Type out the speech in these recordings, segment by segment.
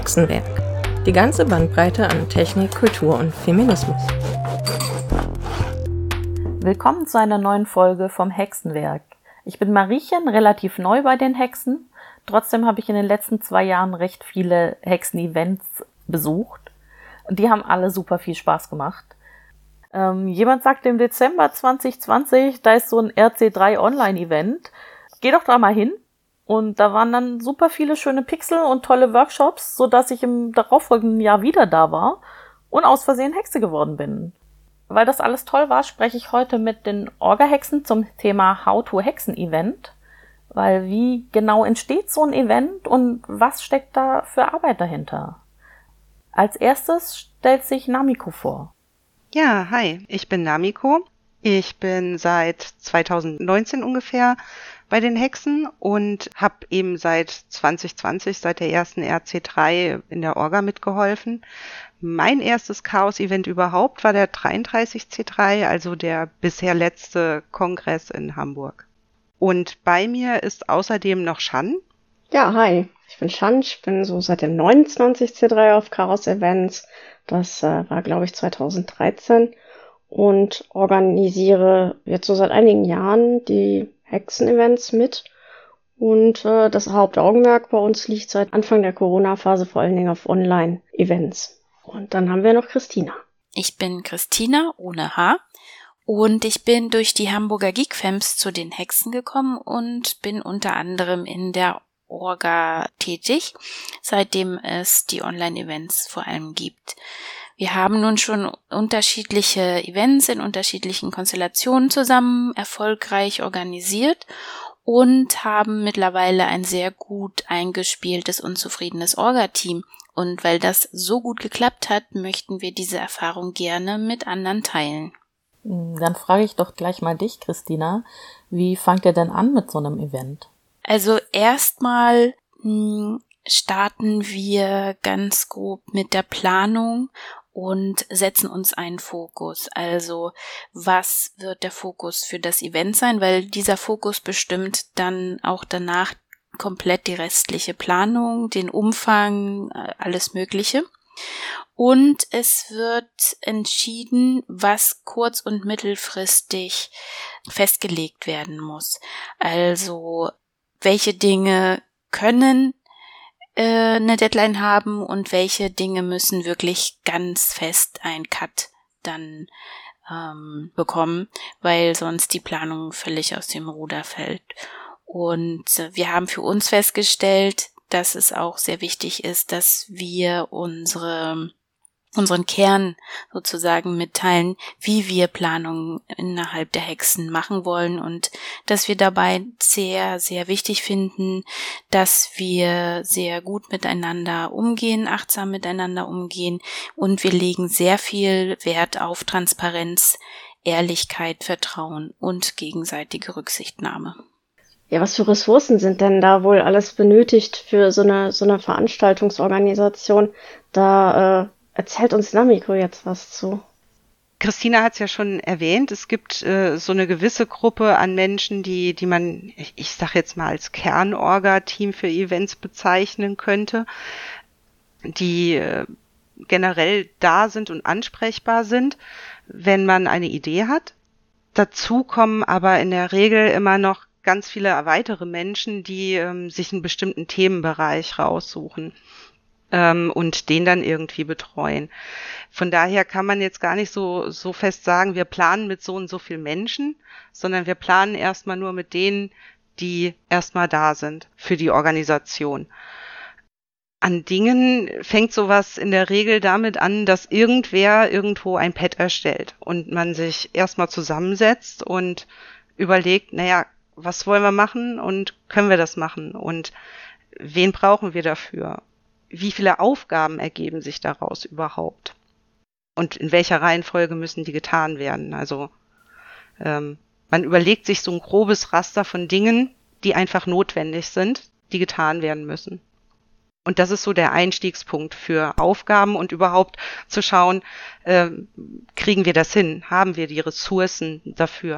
Hexenwerk. Die ganze Bandbreite an Technik, Kultur und Feminismus. Willkommen zu einer neuen Folge vom Hexenwerk. Ich bin Mariechen, relativ neu bei den Hexen. Trotzdem habe ich in den letzten 2 Jahren recht viele Hexen-Events besucht. Und die haben alle super viel Spaß gemacht. Jemand sagte im Dezember 2020, da ist so ein RC3 Online-Event. Geh doch da mal hin. Und da waren dann super viele schöne Pixel und tolle Workshops, sodass ich im darauffolgenden Jahr wieder da war und aus Versehen Hexe geworden bin. Weil das alles toll war, spreche ich heute mit den Orga-Hexen zum Thema How-to-Hexen-Event. Weil wie genau entsteht so ein Event und was steckt da für Arbeit dahinter? Als erstes stellt sich Namiko vor. Ja, hi, ich bin Namiko. Ich bin seit 2019 ungefähr bei den Hexen und habe eben seit 2020, seit der ersten RC3 in der Orga mitgeholfen. Mein erstes Chaos-Event überhaupt war der 33C3, also der bisher letzte Kongress in Hamburg. Und bei mir ist außerdem noch Shan. Ja, hi, ich bin Shan, ich bin so seit dem 29C3 auf Chaos-Events. Das war, glaube ich, 2013 und organisiere jetzt so seit einigen Jahren die Hexen-Events mit. Und das Hauptaugenmerk bei uns liegt seit Anfang der Corona-Phase vor allen Dingen auf Online-Events. Und dann haben wir noch Christina. Ich bin Christina ohne H und ich bin durch die Hamburger Geekfems zu den Hexen gekommen und bin unter anderem in der Orga tätig, seitdem es die Online-Events vor allem gibt. Wir haben nun schon unterschiedliche Events in unterschiedlichen Konstellationen zusammen erfolgreich organisiert und haben mittlerweile ein sehr gut eingespieltes und zufriedenes Orga-Team. Und weil das so gut geklappt hat, möchten wir diese Erfahrung gerne mit anderen teilen. Dann frage ich doch gleich mal dich, Christina. Wie fangt ihr denn an mit so einem Event? Also erstmal starten wir ganz grob mit der Planung und setzen uns einen Fokus. Also was wird der Fokus für das Event sein? Weil dieser Fokus bestimmt dann auch danach komplett die restliche Planung, den Umfang, alles Mögliche. Und es wird entschieden, was kurz- und mittelfristig festgelegt werden muss. Also welche Dinge können eine Deadline haben und welche Dinge müssen wirklich ganz fest ein Cut dann bekommen, weil sonst die Planung völlig aus dem Ruder fällt. Und wir haben für uns festgestellt, dass es auch sehr wichtig ist, dass wir unseren Kern sozusagen mitteilen, wie wir Planungen innerhalb der Hexen machen wollen und dass wir dabei sehr, sehr wichtig finden, dass wir sehr gut miteinander umgehen, achtsam miteinander umgehen und wir legen sehr viel Wert auf Transparenz, Ehrlichkeit, Vertrauen und gegenseitige Rücksichtnahme. Ja, was für Ressourcen sind denn da wohl alles benötigt für so eine Veranstaltungsorganisation? Da erzählt uns Namiko jetzt was zu. Christina hat es ja schon erwähnt, es gibt so eine gewisse Gruppe an Menschen, die man, ich sag jetzt mal als Kernorga-Team für Events bezeichnen könnte, die generell da sind und ansprechbar sind, wenn man eine Idee hat. Dazu kommen aber in der Regel immer noch ganz viele weitere Menschen, die sich einen bestimmten Themenbereich raussuchen und den dann irgendwie betreuen. Von daher kann man jetzt gar nicht so fest sagen, wir planen mit so und so viel Menschen, sondern wir planen erstmal nur mit denen, die erstmal da sind für die Organisation. An Dingen fängt sowas in der Regel damit an, dass irgendwer irgendwo ein Pad erstellt und man sich erstmal zusammensetzt und überlegt, naja, was wollen wir machen und können wir das machen und wen brauchen wir dafür? Wie viele Aufgaben ergeben sich daraus überhaupt? Und in welcher Reihenfolge müssen die getan werden? Also man überlegt sich so ein grobes Raster von Dingen, die einfach notwendig sind, die getan werden müssen. Und das ist so der Einstiegspunkt für Aufgaben und überhaupt zu schauen, kriegen wir das hin? Haben wir die Ressourcen dafür?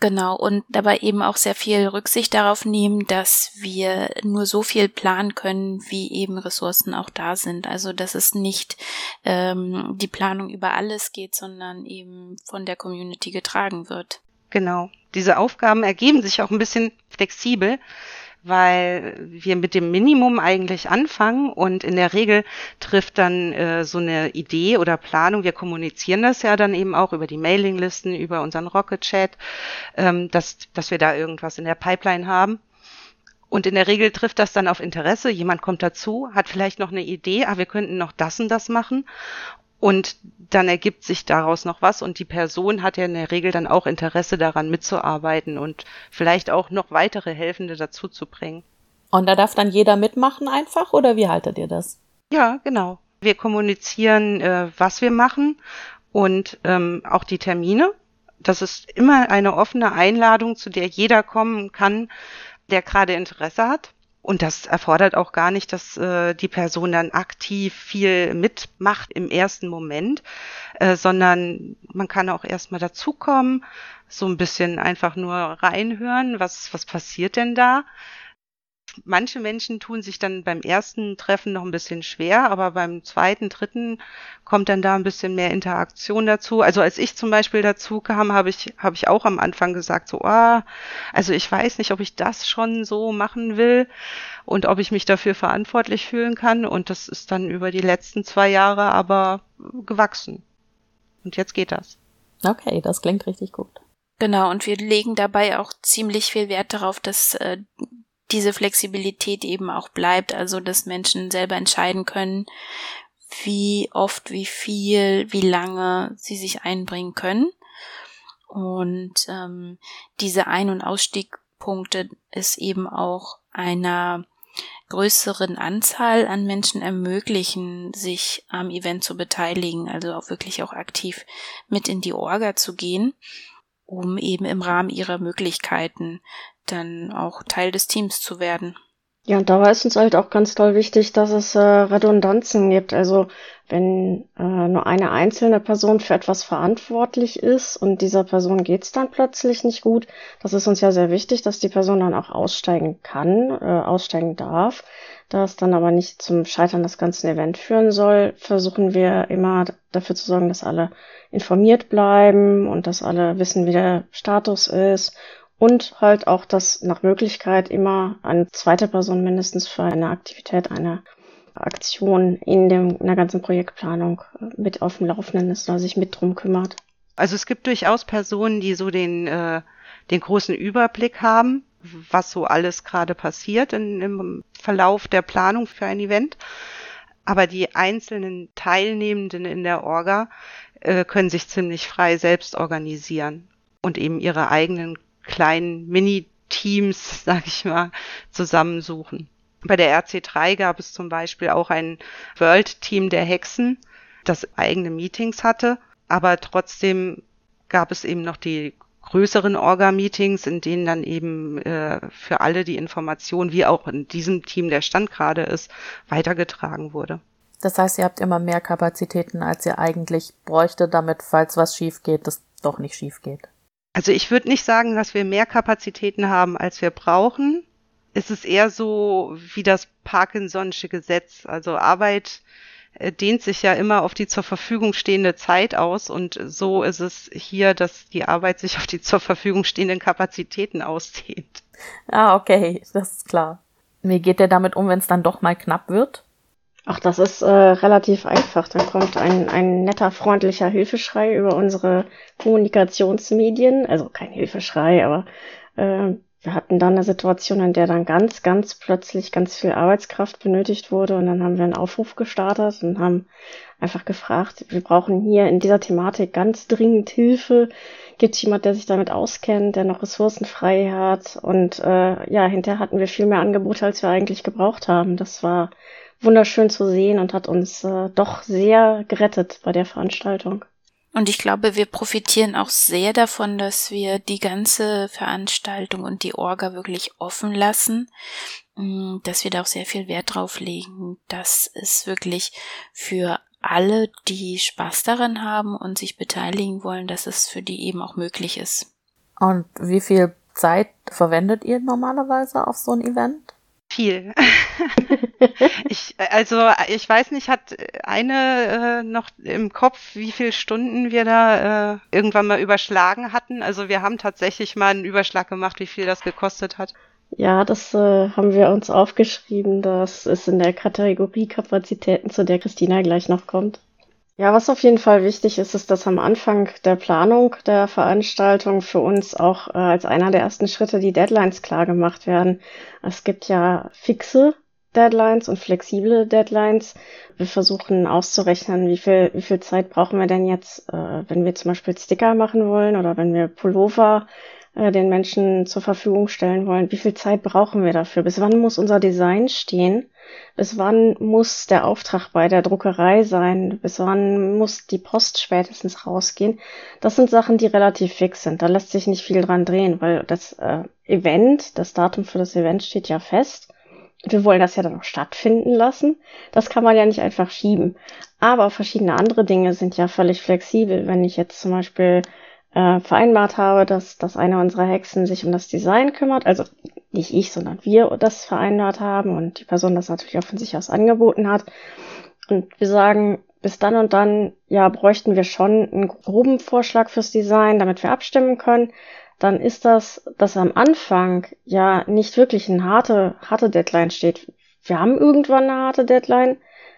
Genau, und dabei eben auch sehr viel Rücksicht darauf nehmen, dass wir nur so viel planen können, wie eben Ressourcen auch da sind. Also dass es nicht die Planung über alles geht, sondern eben von der Community getragen wird. Genau. Diese Aufgaben ergeben sich auch ein bisschen flexibel, weil wir mit dem Minimum eigentlich anfangen und in der Regel trifft dann so eine Idee oder Planung, wir kommunizieren das ja dann eben auch über die Mailinglisten, über unseren Rocket-Chat, dass wir da irgendwas in der Pipeline haben. Und in der Regel trifft das dann auf Interesse, jemand kommt dazu, hat vielleicht noch eine Idee, wir könnten noch das und das machen. Und dann ergibt sich daraus noch was und die Person hat ja in der Regel dann auch Interesse daran mitzuarbeiten und vielleicht auch noch weitere Helfende dazu zu bringen. Und da darf dann jeder mitmachen einfach, oder wie haltet ihr das? Ja, genau. Wir kommunizieren, was wir machen und auch die Termine. Das ist immer eine offene Einladung, zu der jeder kommen kann, der gerade Interesse hat. Und das erfordert auch gar nicht, dass die Person dann aktiv viel mitmacht im ersten Moment, sondern man kann auch erstmal dazukommen, so ein bisschen einfach nur reinhören, was passiert denn da. Manche Menschen tun sich dann beim ersten Treffen noch ein bisschen schwer, aber beim zweiten, dritten kommt dann da ein bisschen mehr Interaktion dazu. Also als ich zum Beispiel dazu kam, habe ich auch am Anfang gesagt, so, also ich weiß nicht, ob ich das schon so machen will und ob ich mich dafür verantwortlich fühlen kann. Und das ist dann über die letzten 2 Jahre aber gewachsen. Und jetzt geht das. Okay, das klingt richtig gut. Genau, und wir legen dabei auch ziemlich viel Wert darauf, dass diese Flexibilität eben auch bleibt, also dass Menschen selber entscheiden können, wie oft, wie viel, wie lange sie sich einbringen können. Und diese Ein- und Ausstiegpunkte ist eben auch einer größeren Anzahl an Menschen ermöglichen, sich am Event zu beteiligen, also auch wirklich auch aktiv mit in die Orga zu gehen, um eben im Rahmen ihrer Möglichkeiten dann auch Teil des Teams zu werden. Ja, und dabei ist uns halt auch ganz toll wichtig, dass es Redundanzen gibt. Also wenn nur eine einzelne Person für etwas verantwortlich ist und dieser Person geht's dann plötzlich nicht gut, das ist uns ja sehr wichtig, dass die Person dann auch aussteigen kann, aussteigen darf. Da es dann aber nicht zum Scheitern des ganzen Events führen soll, versuchen wir immer dafür zu sorgen, dass alle informiert bleiben und dass alle wissen, wie der Status ist. Und halt auch, dass nach Möglichkeit immer eine zweite Person mindestens für eine Aktivität, eine Aktion in der ganzen Projektplanung mit auf dem Laufenden ist oder sich mit drum kümmert. Also es gibt durchaus Personen, die so den großen Überblick haben, was so alles gerade passiert im Verlauf der Planung für ein Event. Aber die einzelnen Teilnehmenden in der Orga können sich ziemlich frei selbst organisieren und eben ihre eigenen kleinen Mini-Teams, sag ich mal, zusammensuchen. Bei der RC3 gab es zum Beispiel auch ein World-Team der Hexen, das eigene Meetings hatte, aber trotzdem gab es eben noch die größeren Orga-Meetings, in denen dann eben für alle die Information, wie auch in diesem Team der Stand gerade ist, weitergetragen wurde. Das heißt, ihr habt immer mehr Kapazitäten, als ihr eigentlich bräuchte, damit, falls was schief geht, das doch nicht schief geht. Also ich würde nicht sagen, dass wir mehr Kapazitäten haben, als wir brauchen. Es ist eher so wie das Parkinson'sche Gesetz. Also Arbeit dehnt sich ja immer auf die zur Verfügung stehende Zeit aus und so ist es hier, dass die Arbeit sich auf die zur Verfügung stehenden Kapazitäten ausdehnt. Ah, okay, das ist klar. Wie geht ihr damit um, wenn es dann doch mal knapp wird? Ach, das ist relativ einfach. Dann kommt ein netter, freundlicher Hilfeschrei über unsere Kommunikationsmedien. Also kein Hilfeschrei, aber wir hatten dann eine Situation, in der dann ganz, ganz plötzlich ganz viel Arbeitskraft benötigt wurde. Und dann haben wir einen Aufruf gestartet und haben einfach gefragt, wir brauchen hier in dieser Thematik ganz dringend Hilfe. Gibt es jemand, der sich damit auskennt, der noch Ressourcen frei hat? Und hinterher hatten wir viel mehr Angebote, als wir eigentlich gebraucht haben. Das war wunderschön zu sehen und hat uns doch sehr gerettet bei der Veranstaltung. Und ich glaube, wir profitieren auch sehr davon, dass wir die ganze Veranstaltung und die Orga wirklich offen lassen, dass wir da auch sehr viel Wert drauf legen, dass es wirklich für alle, die Spaß daran haben und sich beteiligen wollen, dass es für die eben auch möglich ist. Und wie viel Zeit verwendet ihr normalerweise auf so ein Event? Viel. Ich weiß nicht, hat eine noch im Kopf, wie viele Stunden wir da irgendwann mal überschlagen hatten? Also wir haben tatsächlich mal einen Überschlag gemacht, wie viel das gekostet hat. Ja, das haben wir uns aufgeschrieben. Das ist in der Kategorie Kapazitäten, zu der Christina gleich noch kommt. Ja, was auf jeden Fall wichtig ist, ist, dass am Anfang der Planung der Veranstaltung für uns auch als einer der ersten Schritte die Deadlines klar gemacht werden. Es gibt ja fixe Deadlines und flexible Deadlines. Wir versuchen auszurechnen, wie viel Zeit brauchen wir denn jetzt, wenn wir zum Beispiel Sticker machen wollen oder wenn wir Pullover den Menschen zur Verfügung stellen wollen. Wie viel Zeit brauchen wir dafür? Bis wann muss unser Design stehen? Bis wann muss der Auftrag bei der Druckerei sein? Bis wann muss die Post spätestens rausgehen? Das sind Sachen, die relativ fix sind. Da lässt sich nicht viel dran drehen, weil das Datum für das Event steht ja fest. Wir wollen das ja dann auch stattfinden lassen. Das kann man ja nicht einfach schieben. Aber verschiedene andere Dinge sind ja völlig flexibel. Wenn ich jetzt zum Beispiel vereinbart habe, dass eine unserer Hexen sich um das Design kümmert, also nicht ich, sondern wir das vereinbart haben und die Person das natürlich auch von sich aus angeboten hat. Und wir sagen, bis dann und dann, ja, bräuchten wir schon einen groben Vorschlag fürs Design, damit wir abstimmen können. Dann ist das, dass am Anfang ja nicht wirklich eine harte Deadline steht. Wir haben irgendwann eine harte Deadline,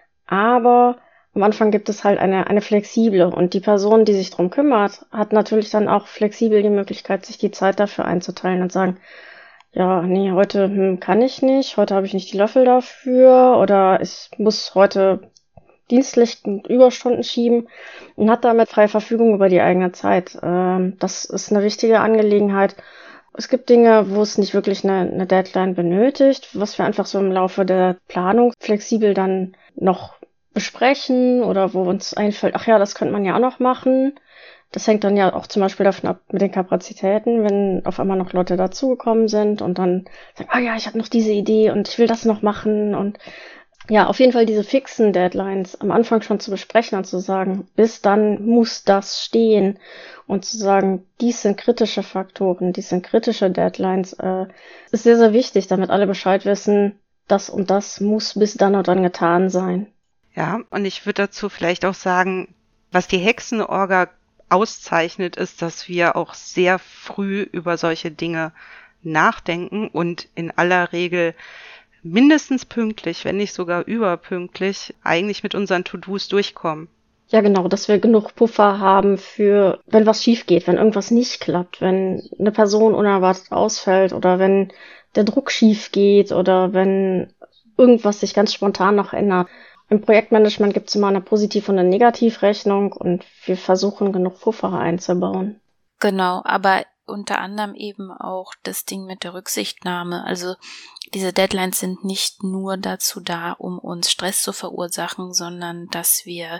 aber am Anfang gibt es halt eine flexible und die Person, die sich drum kümmert, hat natürlich dann auch flexibel die Möglichkeit, sich die Zeit dafür einzuteilen und sagen, ja, nee, heute kann ich nicht, heute habe ich nicht die Löffel dafür oder ich muss heute dienstlich Überstunden schieben und hat damit freie Verfügung über die eigene Zeit. Das ist eine wichtige Angelegenheit. Es gibt Dinge, wo es nicht wirklich eine Deadline benötigt, was wir einfach so im Laufe der Planung flexibel dann noch besprechen oder wo uns einfällt, ach ja, das könnte man ja auch noch machen. Das hängt dann ja auch zum Beispiel davon ab mit den Kapazitäten, wenn auf einmal noch Leute dazugekommen sind und dann sagen, ah ja, ich habe noch diese Idee und ich will das noch machen und ja, auf jeden Fall diese fixen Deadlines am Anfang schon zu besprechen und zu sagen, bis dann muss das stehen und zu sagen, dies sind kritische Faktoren, dies sind kritische Deadlines, ist sehr, sehr wichtig, damit alle Bescheid wissen, das und das muss bis dann und dann getan sein. Ja, und ich würde dazu vielleicht auch sagen, was die Hexenorga auszeichnet, ist, dass wir auch sehr früh über solche Dinge nachdenken und in aller Regel mindestens pünktlich, wenn nicht sogar überpünktlich, eigentlich mit unseren To-Dos durchkommen. Ja, genau, dass wir genug Puffer haben für, wenn was schief geht, wenn irgendwas nicht klappt, wenn eine Person unerwartet ausfällt oder wenn der Druck schief geht oder wenn irgendwas sich ganz spontan noch ändert. Im Projektmanagement gibt es immer eine Positiv- und eine Negativrechnung und wir versuchen, genug Puffer einzubauen. Genau, aber unter anderem eben auch das Ding mit der Rücksichtnahme. Also diese Deadlines sind nicht nur dazu da, um uns Stress zu verursachen, sondern dass wir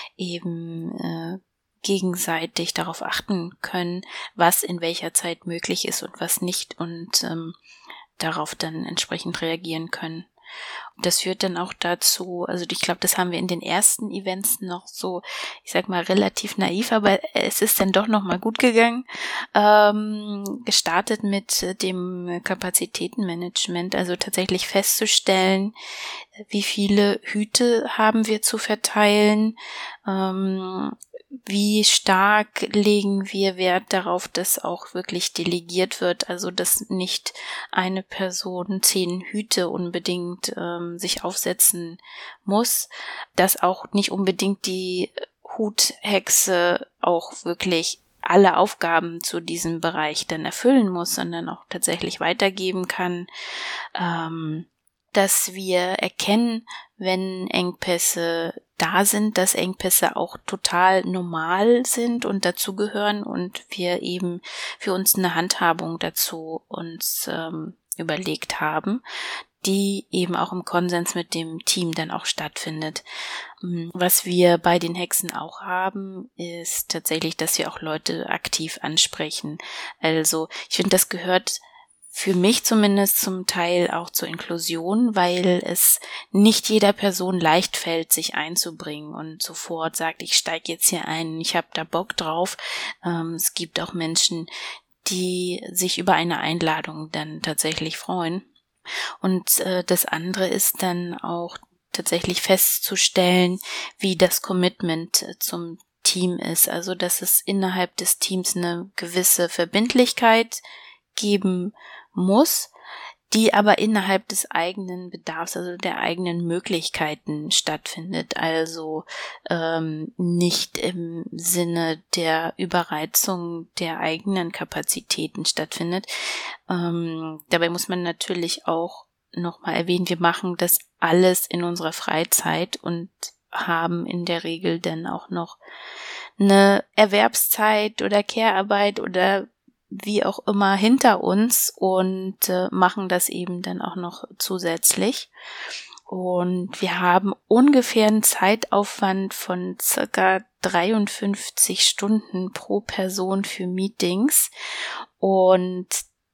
eben gegenseitig darauf achten können, was in welcher Zeit möglich ist und was nicht und darauf dann entsprechend reagieren können. Das führt dann auch dazu, also ich glaube, das haben wir in den ersten Events noch so, ich sag mal, relativ naiv, aber es ist dann doch nochmal gut gegangen, gestartet mit dem Kapazitätenmanagement, also tatsächlich festzustellen, wie viele Hüte haben wir zu verteilen, wie stark legen wir Wert darauf, dass auch wirklich delegiert wird, also dass nicht eine Person 10 Hüte unbedingt sich aufsetzen muss, dass auch nicht unbedingt die Huthexe auch wirklich alle Aufgaben zu diesem Bereich dann erfüllen muss, sondern auch tatsächlich weitergeben kann, dass wir erkennen, wenn Engpässe da sind, dass Engpässe auch total normal sind und dazugehören und wir eben für uns eine Handhabung dazu uns überlegt haben, die eben auch im Konsens mit dem Team dann auch stattfindet. Was wir bei den Hexen auch haben, ist tatsächlich, dass wir auch Leute aktiv ansprechen. Also ich finde, das gehört für mich zumindest zum Teil auch zur Inklusion, weil es nicht jeder Person leicht fällt, sich einzubringen und sofort sagt, ich steige jetzt hier ein, ich habe da Bock drauf. Es gibt auch Menschen, die sich über eine Einladung dann tatsächlich freuen. Und das andere ist dann auch tatsächlich festzustellen, wie das Commitment zum Team ist. Also, dass es innerhalb des Teams eine gewisse Verbindlichkeit geben muss, die aber innerhalb des eigenen Bedarfs, also der eigenen Möglichkeiten stattfindet. Also nicht im Sinne der Überreizung der eigenen Kapazitäten stattfindet. Dabei muss man natürlich auch nochmal erwähnen, wir machen das alles in unserer Freizeit und haben in der Regel dann auch noch eine Erwerbszeit oder Care-Arbeit oder wie auch immer hinter uns und machen das eben dann auch noch zusätzlich. Und wir haben ungefähr einen Zeitaufwand von circa 53 Stunden pro Person für Meetings und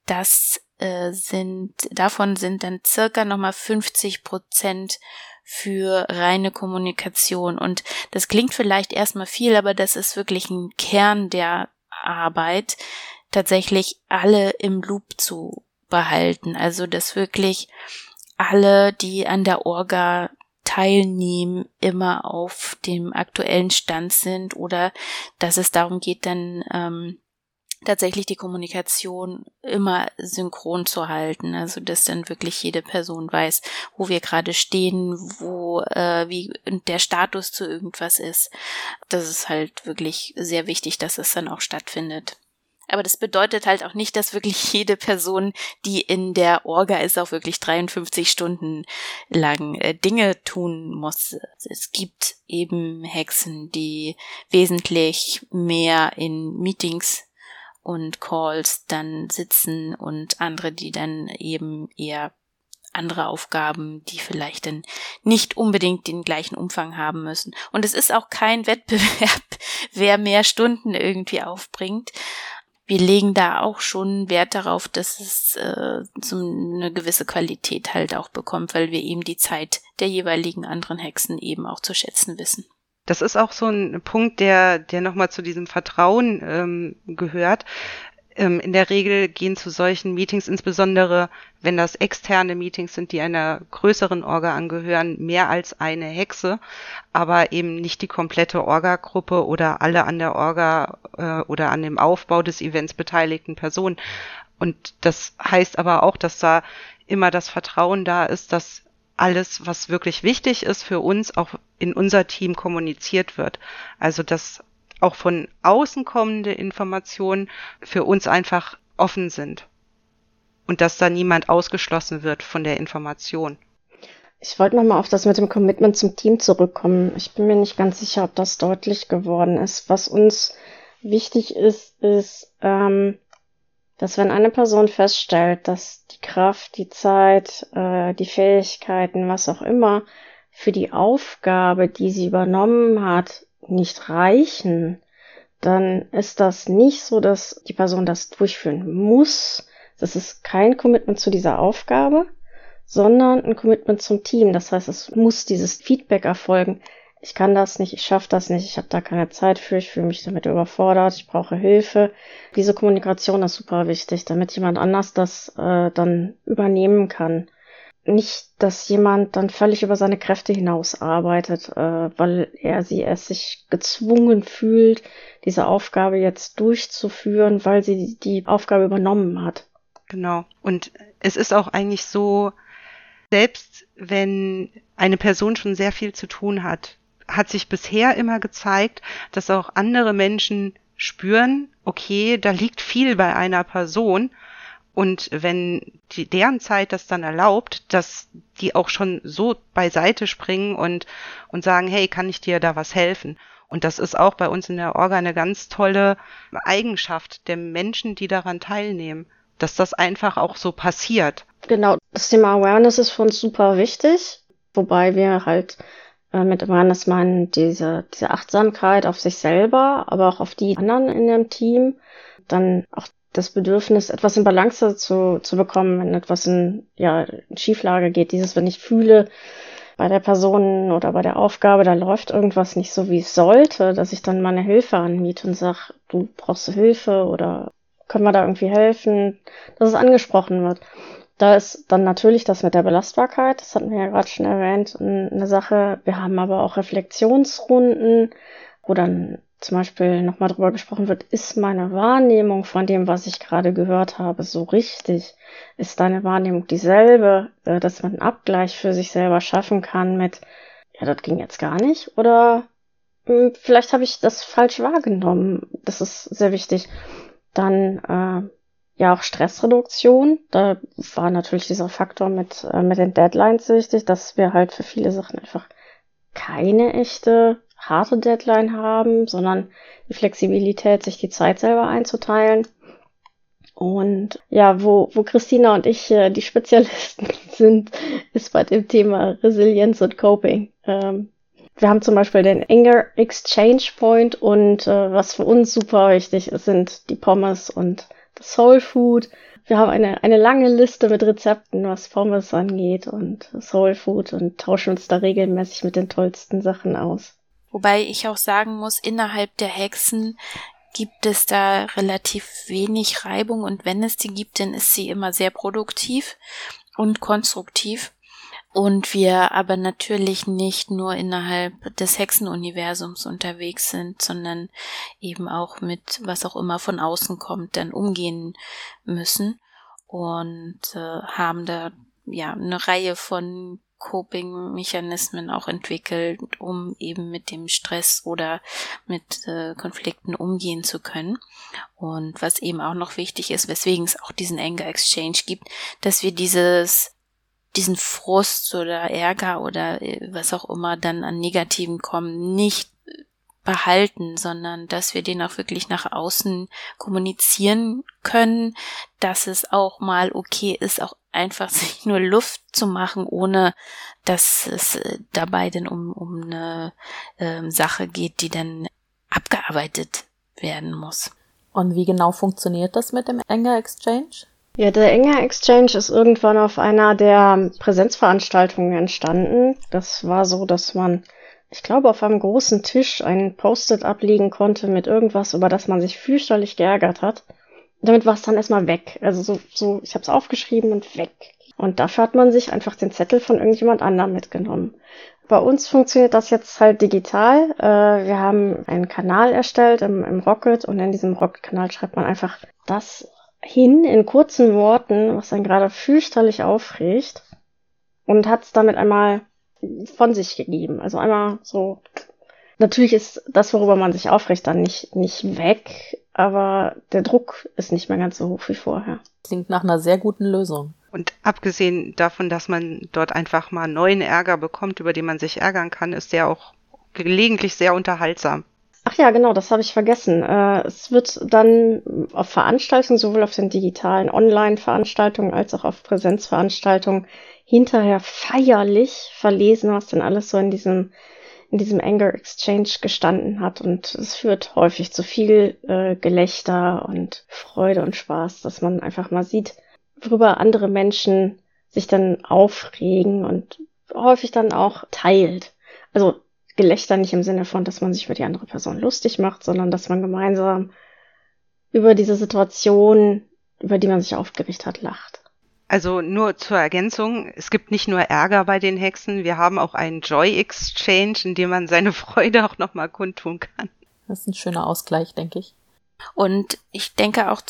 davon sind dann circa nochmal 50% für reine Kommunikation. Und das klingt vielleicht erstmal viel, aber das ist wirklich ein Kern der Arbeit, tatsächlich alle im Loop zu behalten. Also, dass wirklich alle, die an der Orga teilnehmen, immer auf dem aktuellen Stand sind oder dass es darum geht, dann tatsächlich die Kommunikation immer synchron zu halten. Also, dass dann wirklich jede Person weiß, wo wir gerade stehen, wie der Status zu irgendwas ist. Das ist halt wirklich sehr wichtig, dass es dann auch stattfindet. Aber das bedeutet halt auch nicht, dass wirklich jede Person, die in der Orga ist, auch wirklich 53 Stunden lang Dinge tun muss. Es gibt eben Hexen, die wesentlich mehr in Meetings und Calls dann sitzen und andere, die dann eben eher andere Aufgaben, die vielleicht dann nicht unbedingt den gleichen Umfang haben müssen. Und es ist auch kein Wettbewerb, wer mehr Stunden irgendwie aufbringt. Wir legen da auch schon Wert darauf, dass es so eine gewisse Qualität halt auch bekommt, weil wir eben die Zeit der jeweiligen anderen Hexen eben auch zu schätzen wissen. Das ist auch so ein Punkt, der nochmal zu diesem Vertrauen gehört. In der Regel gehen zu solchen Meetings, insbesondere wenn das externe Meetings sind, die einer größeren Orga angehören, mehr als eine Hexe, aber eben nicht die komplette Orga-Gruppe oder alle an der Orga oder an dem Aufbau des Events beteiligten Personen. Und das heißt aber auch, dass da immer das Vertrauen da ist, dass alles, was wirklich wichtig ist für uns, auch in unser Team kommuniziert wird. Also dass auch von außen kommende Informationen für uns einfach offen sind und dass da niemand ausgeschlossen wird von der Information. Ich wollte nochmal auf das mit dem Commitment zum Team zurückkommen. Ich bin mir nicht ganz sicher, ob das deutlich geworden ist. Was uns wichtig ist, dass wenn eine Person feststellt, dass die Kraft, die Zeit, die Fähigkeiten, was auch immer, für die Aufgabe, die sie übernommen hat, nicht reichen, dann ist das nicht so, dass die Person das durchführen muss. Das ist kein Commitment zu dieser Aufgabe, sondern ein Commitment zum Team. Das heißt, es muss dieses Feedback erfolgen. Ich kann das nicht, ich schaffe das nicht, ich habe da keine Zeit für, ich fühle mich damit überfordert, ich brauche Hilfe. Diese Kommunikation ist super wichtig, damit jemand anders das dann übernehmen kann. Nicht, dass jemand dann völlig über seine Kräfte hinaus arbeitet, weil es sich gezwungen fühlt, diese Aufgabe jetzt durchzuführen, weil sie die Aufgabe übernommen hat. Genau. Und es ist auch eigentlich so, selbst wenn eine Person schon sehr viel zu tun hat, hat sich bisher immer gezeigt, dass auch andere Menschen spüren, okay, da liegt viel bei einer Person. Und wenn deren Zeit das dann erlaubt, dass die auch schon so beiseite springen und sagen, hey, kann ich dir da was helfen? Und das ist auch bei uns in der Orga eine ganz tolle Eigenschaft der Menschen, die daran teilnehmen, dass das einfach auch so passiert. Genau, das Thema Awareness ist für uns super wichtig, wobei wir halt mit Awareness meinen diese Achtsamkeit auf sich selber, aber auch auf die anderen in dem Team, dann auch das Bedürfnis, etwas in Balance zu bekommen, wenn etwas in Schieflage geht. Wenn ich fühle, bei der Person oder bei der Aufgabe, da läuft irgendwas nicht so, wie es sollte, dass ich dann meine Hilfe anbiete und sage, du brauchst Hilfe oder können wir da irgendwie helfen, dass es angesprochen wird. Da ist dann natürlich das mit der Belastbarkeit, das hatten wir ja gerade schon erwähnt, eine Sache. Wir haben aber auch Reflexionsrunden, wo dann zum Beispiel nochmal drüber gesprochen wird, ist meine Wahrnehmung von dem, was ich gerade gehört habe, so richtig? Ist deine Wahrnehmung dieselbe, dass man einen Abgleich für sich selber schaffen kann mit, ja, das ging jetzt gar nicht, oder vielleicht habe ich das falsch wahrgenommen. Das ist sehr wichtig. Dann ja auch Stressreduktion. Da war natürlich dieser Faktor mit den Deadlines wichtig, dass wir halt für viele Sachen einfach keine echte harte Deadline haben, sondern die Flexibilität, sich die Zeit selber einzuteilen. Und ja, wo Christina und ich die Spezialisten sind, ist bei dem Thema Resilienz und Coping. Wir haben zum Beispiel den Anger Exchange Point und was für uns super wichtig ist, sind die Pommes und das Soul Food. Wir haben eine lange Liste mit Rezepten, was Pommes angeht und Soul Food und tauschen uns da regelmäßig mit den tollsten Sachen aus. Wobei ich auch sagen muss, innerhalb der Hexen gibt es da relativ wenig Reibung und wenn es die gibt, dann ist sie immer sehr produktiv und konstruktiv. Und wir aber natürlich nicht nur innerhalb des Hexenuniversums unterwegs sind, sondern eben auch mit was auch immer von außen kommt, dann umgehen müssen und haben da ja eine Reihe von Coping-Mechanismen auch entwickelt, um eben mit dem Stress oder mit Konflikten umgehen zu können. Und was eben auch noch wichtig ist, weswegen es auch diesen Anger Exchange gibt, dass wir diesen Frust oder Ärger oder was auch immer dann an Negativen kommen, nicht behalten, sondern dass wir den auch wirklich nach außen kommunizieren können, dass es auch mal okay ist, auch einfach sich nur Luft zu machen, ohne dass es dabei dann um eine Sache geht, die dann abgearbeitet werden muss. Und wie genau funktioniert das mit dem Anger Exchange? Ja, der Anger Exchange ist irgendwann auf einer der Präsenzveranstaltungen entstanden. Das war so, dass man, ich glaube, auf einem großen Tisch einen Post-it ablegen konnte mit irgendwas, über das man sich fürchterlich geärgert hat. Damit war es dann erstmal weg. Also so, ich habe es aufgeschrieben und weg. Und dafür hat man sich einfach den Zettel von irgendjemand anderem mitgenommen. Bei uns funktioniert das jetzt halt digital. Wir haben einen Kanal erstellt im Rocket und in diesem Rocket-Kanal schreibt man einfach das hin in kurzen Worten, was einen gerade fürchterlich aufregt und hat es damit einmal von sich gegeben. Also einmal so, natürlich ist das, worüber man sich aufregt, dann nicht weg, aber der Druck ist nicht mehr ganz so hoch wie vorher. Klingt nach einer sehr guten Lösung. Und abgesehen davon, dass man dort einfach mal neuen Ärger bekommt, über den man sich ärgern kann, ist der auch gelegentlich sehr unterhaltsam. Ach ja, genau, das habe ich vergessen. Es wird dann auf Veranstaltungen, sowohl auf den digitalen Online-Veranstaltungen als auch auf Präsenzveranstaltungen, hinterher feierlich verlesen, was denn alles so in diesem Anger Exchange gestanden hat. Und es führt häufig zu viel Gelächter und Freude und Spaß, dass man einfach mal sieht, worüber andere Menschen sich dann aufregen und häufig dann auch teilt. Also Gelächter nicht im Sinne von, dass man sich über die andere Person lustig macht, sondern dass man gemeinsam über diese Situation, über die man sich aufgeregt hat, lacht. Also nur zur Ergänzung, es gibt nicht nur Ärger bei den Hexen, wir haben auch einen Joy Exchange, in dem man seine Freude auch nochmal kundtun kann. Das ist ein schöner Ausgleich, denke ich. Und ich denke auch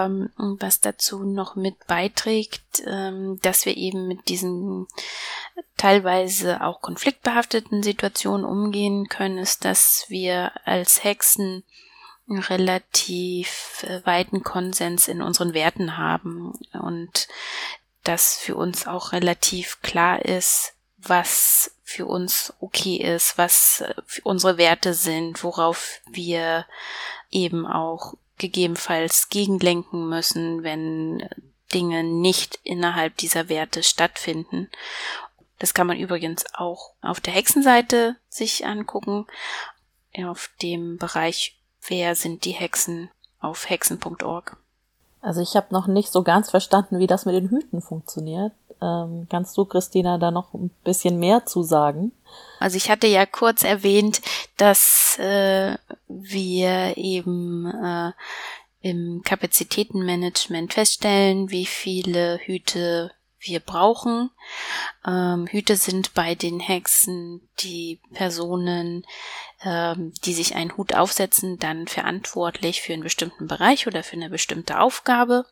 was dazu noch mit beiträgt, dass wir eben mit diesen teilweise auch konfliktbehafteten Situationen umgehen können, ist, dass wir als Hexen einen relativ weiten Konsens in unseren Werten haben und dass für uns auch relativ klar ist, was für uns okay ist, was für unsere Werte sind, worauf wir eben auch gegebenenfalls gegenlenken müssen, wenn Dinge nicht innerhalb dieser Werte stattfinden. Das kann man übrigens auch auf der Hexenseite sich angucken, auf dem Bereich Wer sind die Hexen auf hexen.org. Also ich habe noch nicht so ganz verstanden, wie das mit den Hüten funktioniert. Kannst du, Christina, da noch ein bisschen mehr zu sagen? Also ich hatte ja kurz erwähnt, dass wir eben im Kapazitätenmanagement feststellen, wie viele Hüte wir brauchen. Hüte sind bei den Hexen die Personen, die sich einen Hut aufsetzen, dann verantwortlich für einen bestimmten Bereich oder für eine bestimmte Aufgabe.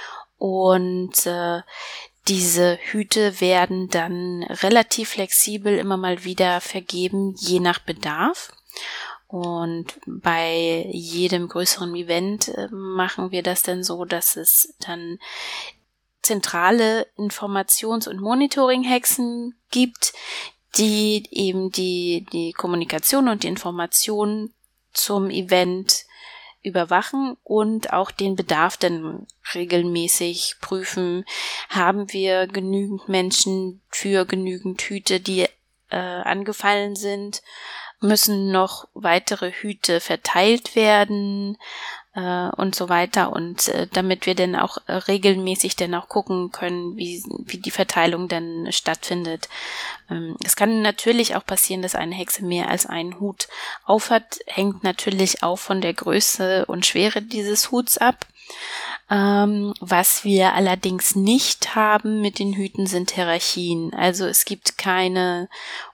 Und diese Hüte werden dann relativ flexibel immer mal wieder vergeben, je nach Bedarf. Und bei jedem größeren Event machen wir das dann so, dass es dann zentrale Informations- und Monitoring-Hexen gibt, die eben die Kommunikation und die Information zum Event überwachen und auch den Bedarf dann regelmäßig prüfen. Haben wir genügend Menschen für genügend Hüte, die angefallen sind? Müssen noch weitere Hüte verteilt werden und so weiter, und damit wir dann auch regelmäßig dann auch gucken können, wie die Verteilung dann stattfindet. Es kann natürlich auch passieren, dass eine Hexe mehr als einen Hut aufhat, hängt natürlich auch von der Größe und Schwere dieses Huts ab. Was wir allerdings nicht haben mit den Hüten sind Hierarchien. Also es gibt keine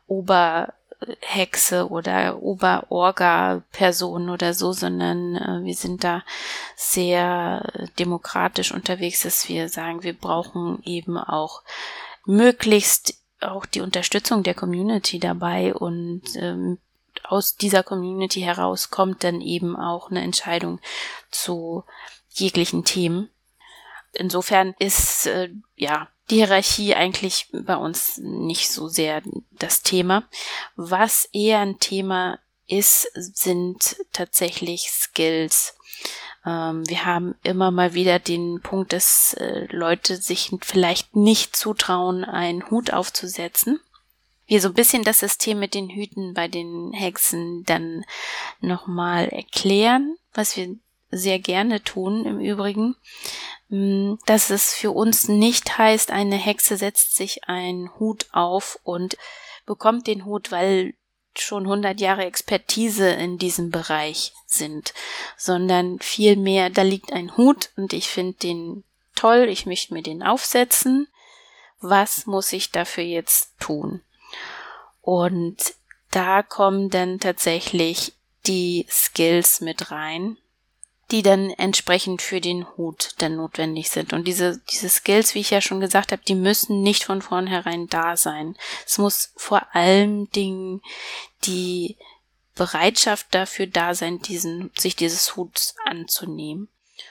Oberhexe oder Oberorga-Person oder so, sondern wir sind da sehr demokratisch unterwegs, dass wir sagen, wir brauchen eben auch möglichst auch die Unterstützung der Community dabei, und aus dieser Community heraus kommt dann eben auch eine Entscheidung zu jeglichen Themen. Insofern ist die Hierarchie eigentlich bei uns nicht so sehr das Thema. Was eher ein Thema ist, sind tatsächlich Skills. Wir haben immer mal wieder den Punkt, dass Leute sich vielleicht nicht zutrauen, einen Hut aufzusetzen. Wir so ein bisschen das System mit den Hüten bei den Hexen dann nochmal erklären, was wir sehr gerne tun im Übrigen, dass es für uns nicht heißt, eine Hexe setzt sich einen Hut auf und bekommt den Hut, weil schon 100 Jahre Expertise in diesem Bereich sind, sondern vielmehr, da liegt ein Hut und ich finde den toll, ich möchte mir den aufsetzen. Was muss ich dafür jetzt tun? Und da kommen dann tatsächlich die Skills mit rein, die dann entsprechend für den Hut dann notwendig sind. Und diese Skills, wie ich ja schon gesagt habe, die müssen nicht von vornherein da sein. Es muss vor allen Dingen die Bereitschaft dafür da sein, sich dieses Huts anzunehmen.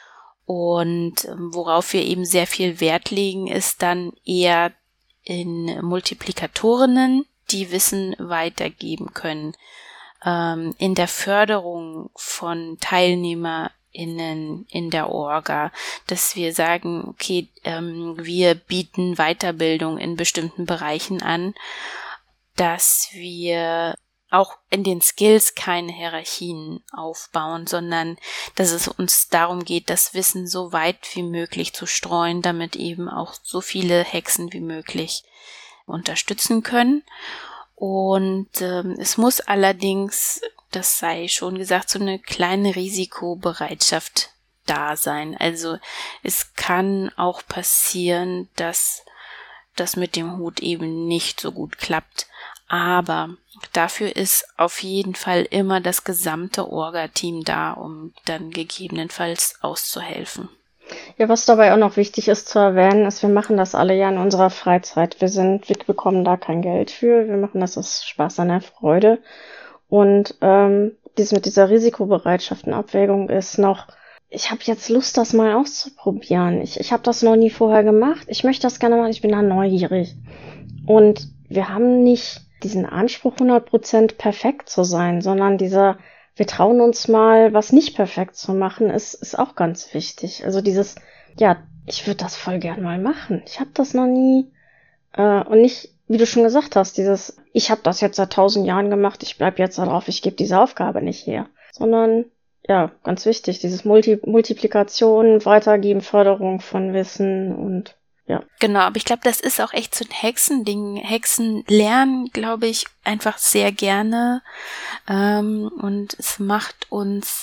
Und worauf wir eben sehr viel Wert legen, ist dann eher in Multiplikatorinnen, die Wissen weitergeben können. In der Förderung von TeilnehmerInnen in der Orga, dass wir sagen, okay, wir bieten Weiterbildung in bestimmten Bereichen an, dass wir auch in den Skills keine Hierarchien aufbauen, sondern dass es uns darum geht, das Wissen so weit wie möglich zu streuen, damit eben auch so viele Hexen wie möglich unterstützen können. Und es muss allerdings, das sei schon gesagt, so eine kleine Risikobereitschaft da sein. Also es kann auch passieren, dass das mit dem Hut eben nicht so gut klappt. Aber dafür ist auf jeden Fall immer das gesamte Orga-Team da, um dann gegebenenfalls auszuhelfen. Ja, was dabei auch noch wichtig ist zu erwähnen, ist, wir machen das alle ja in unserer Freizeit. Wir bekommen da kein Geld für. Wir machen das aus Spaß an der Freude. Und mit dieser Risikobereitschaft und Abwägung ist noch, ich habe jetzt Lust, das mal auszuprobieren. Ich habe das noch nie vorher gemacht. Ich möchte das gerne machen. Ich bin da neugierig. Und wir haben nicht diesen Anspruch, 100% perfekt zu sein, sondern wir trauen uns mal, was nicht perfekt zu machen, ist auch ganz wichtig. Also ich würde das voll gern mal machen. Ich habe das noch nie. Und nicht, wie du schon gesagt hast, ich habe das jetzt seit 1000 Jahren gemacht, ich bleib jetzt da drauf, ich gebe diese Aufgabe nicht her. Sondern, ja, ganz wichtig, dieses Multiplikation, Weitergeben, Förderung von Wissen und ja. Genau, aber ich glaube, das ist auch echt so ein Hexending. Hexen lernen, glaube ich, einfach sehr gerne. Und es macht uns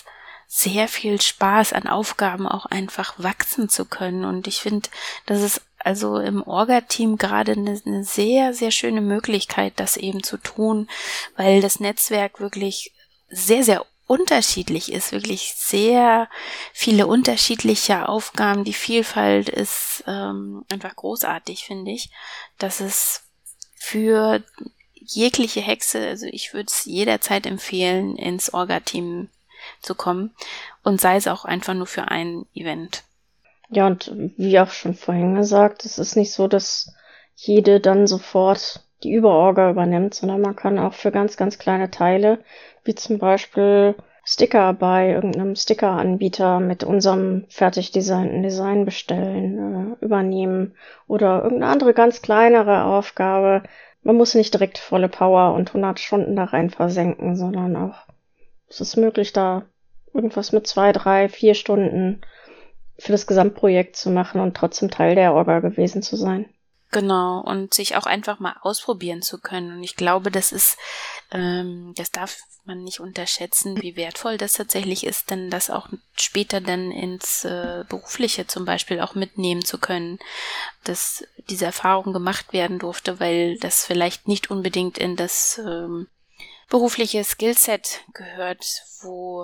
sehr viel Spaß an Aufgaben auch einfach wachsen zu können. Und ich finde, das ist also im Orga-Team gerade eine sehr, sehr schöne Möglichkeit, das eben zu tun, weil das Netzwerk wirklich sehr, sehr unterschiedlich ist, wirklich sehr viele unterschiedliche Aufgaben. Die Vielfalt ist einfach großartig, finde ich, dass es für jegliche Hexe, also ich würde es jederzeit empfehlen, ins Orga-Team zu kommen und sei es auch einfach nur für ein Event. Ja, und wie auch schon vorhin gesagt, es ist nicht so, dass jede dann sofort die Überorga übernimmt, sondern man kann auch für ganz, ganz kleine Teile, wie zum Beispiel Sticker bei irgendeinem Stickeranbieter mit unserem fertig designten Design bestellen, übernehmen oder irgendeine andere ganz kleinere Aufgabe. Man muss nicht direkt volle Power und 100 Stunden da rein versenken, sondern auch, es ist möglich, da irgendwas mit 2, 3, 4 Stunden für das Gesamtprojekt zu machen und trotzdem Teil der Orga gewesen zu sein. Genau, und sich auch einfach mal ausprobieren zu können. Und ich glaube, das ist, das darf man nicht unterschätzen, wie wertvoll das tatsächlich ist, denn das auch später dann ins Berufliche zum Beispiel auch mitnehmen zu können, dass diese Erfahrung gemacht werden durfte, weil das vielleicht nicht unbedingt in das berufliche Skillset gehört, wo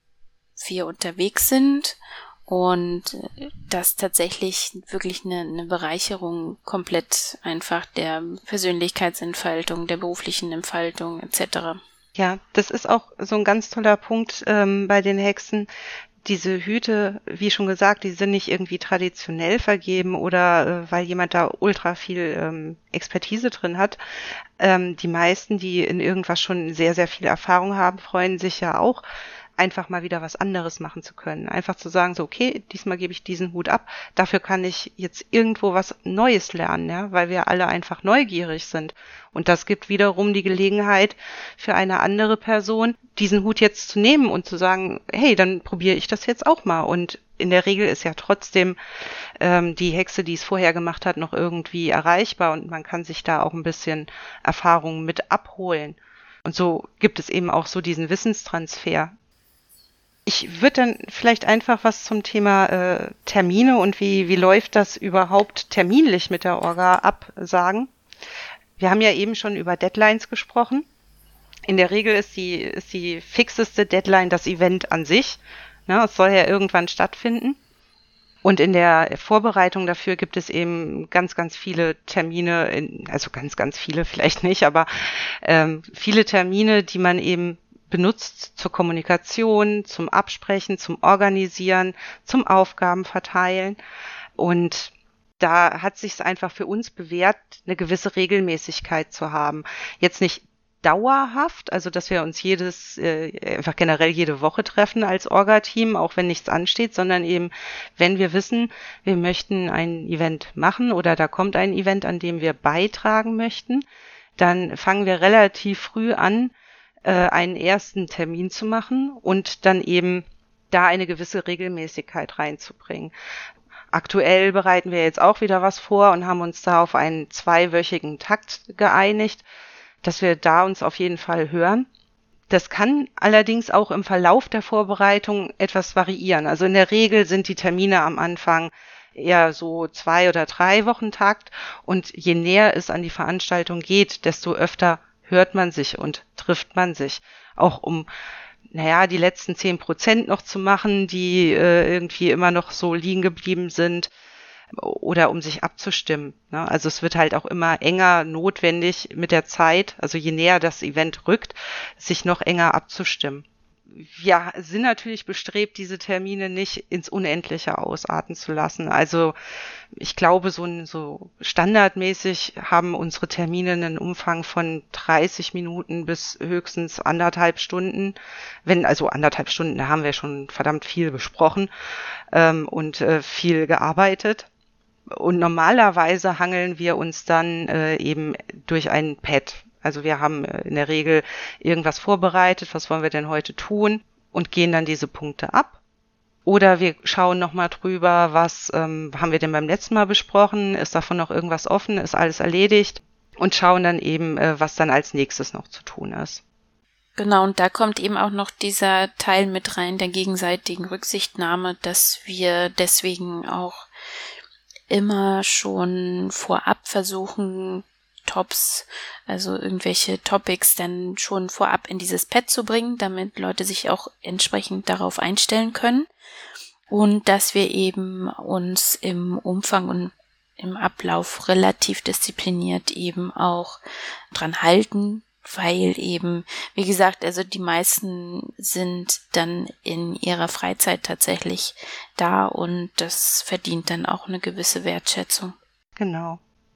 wir unterwegs sind. Und das tatsächlich wirklich eine Bereicherung komplett einfach der Persönlichkeitsentfaltung, der beruflichen Entfaltung etc. Ja, das ist auch so ein ganz toller Punkt bei den Hexen. Diese Hüte, wie schon gesagt, die sind nicht irgendwie traditionell vergeben oder weil jemand da ultra viel Expertise drin hat. Die meisten, die in irgendwas schon sehr, sehr viel Erfahrung haben, freuen sich ja auch, einfach mal wieder was anderes machen zu können. Einfach zu sagen, so, okay, diesmal gebe ich diesen Hut ab, dafür kann ich jetzt irgendwo was Neues lernen, ja, weil wir alle einfach neugierig sind. Und das gibt wiederum die Gelegenheit für eine andere Person, diesen Hut jetzt zu nehmen und zu sagen, hey, dann probiere ich das jetzt auch mal. Und in der Regel ist ja trotzdem die Hexe, die es vorher gemacht hat, noch irgendwie erreichbar und man kann sich da auch ein bisschen Erfahrung mit abholen. Und so gibt es eben auch so diesen Wissenstransfer. Ich würde dann vielleicht einfach was zum Thema Termine und wie läuft das überhaupt terminlich mit der Orga ab sagen. Wir haben ja eben schon über Deadlines gesprochen. In der Regel ist die fixeste Deadline das Event an sich. Ne, es soll ja irgendwann stattfinden. Und in der Vorbereitung dafür gibt es eben ganz, ganz viele Termine, also ganz, ganz viele vielleicht nicht, aber viele Termine, die man eben benutzt zur Kommunikation, zum Absprechen, zum Organisieren, zum Aufgaben verteilen. Und da hat sich's einfach für uns bewährt, eine gewisse Regelmäßigkeit zu haben. Jetzt nicht dauerhaft, also dass wir uns einfach generell jede Woche treffen als Orga-Team, auch wenn nichts ansteht, sondern eben, wenn wir wissen, wir möchten ein Event machen oder da kommt ein Event, an dem wir beitragen möchten, dann fangen wir relativ früh an, einen ersten Termin zu machen und dann eben da eine gewisse Regelmäßigkeit reinzubringen. Aktuell bereiten wir jetzt auch wieder was vor und haben uns da auf einen 2-wöchigen Takt geeinigt, dass wir da uns auf jeden Fall hören. Das kann allerdings auch im Verlauf der Vorbereitung etwas variieren. Also in der Regel sind die Termine am Anfang eher so 2 oder 3 Wochentakt und je näher es an die Veranstaltung geht, desto öfter hört man sich und trifft man sich. Auch um, die letzten 10% noch zu machen, die irgendwie immer noch so liegen geblieben sind oder um sich abzustimmen. Ne? Also es wird halt auch immer enger notwendig mit der Zeit, also je näher das Event rückt, sich noch enger abzustimmen. Wir sind natürlich bestrebt, diese Termine nicht ins Unendliche ausarten zu lassen. Also ich glaube, so standardmäßig haben unsere Termine einen Umfang von 30 Minuten bis höchstens 1,5 Stunden. Also 1,5 Stunden, da haben wir schon verdammt viel besprochen und viel gearbeitet. Und normalerweise hangeln wir uns dann eben durch ein Pad. Also wir haben in der Regel irgendwas vorbereitet, was wollen wir denn heute tun und gehen dann diese Punkte ab. Oder wir schauen nochmal drüber, was haben wir denn beim letzten Mal besprochen, ist davon noch irgendwas offen, ist alles erledigt und schauen dann eben, was dann als nächstes noch zu tun ist. Genau, und da kommt eben auch noch dieser Teil mit rein, der gegenseitigen Rücksichtnahme, dass wir deswegen auch immer schon vorab versuchen, Tops, also irgendwelche Topics dann schon vorab in dieses Pad zu bringen, damit Leute sich auch entsprechend darauf einstellen können. Und dass wir eben uns im Umfang und im Ablauf relativ diszipliniert eben auch dran halten, weil eben, wie gesagt, also die meisten sind dann in ihrer Freizeit tatsächlich da und das verdient dann auch eine gewisse Wertschätzung. Genau.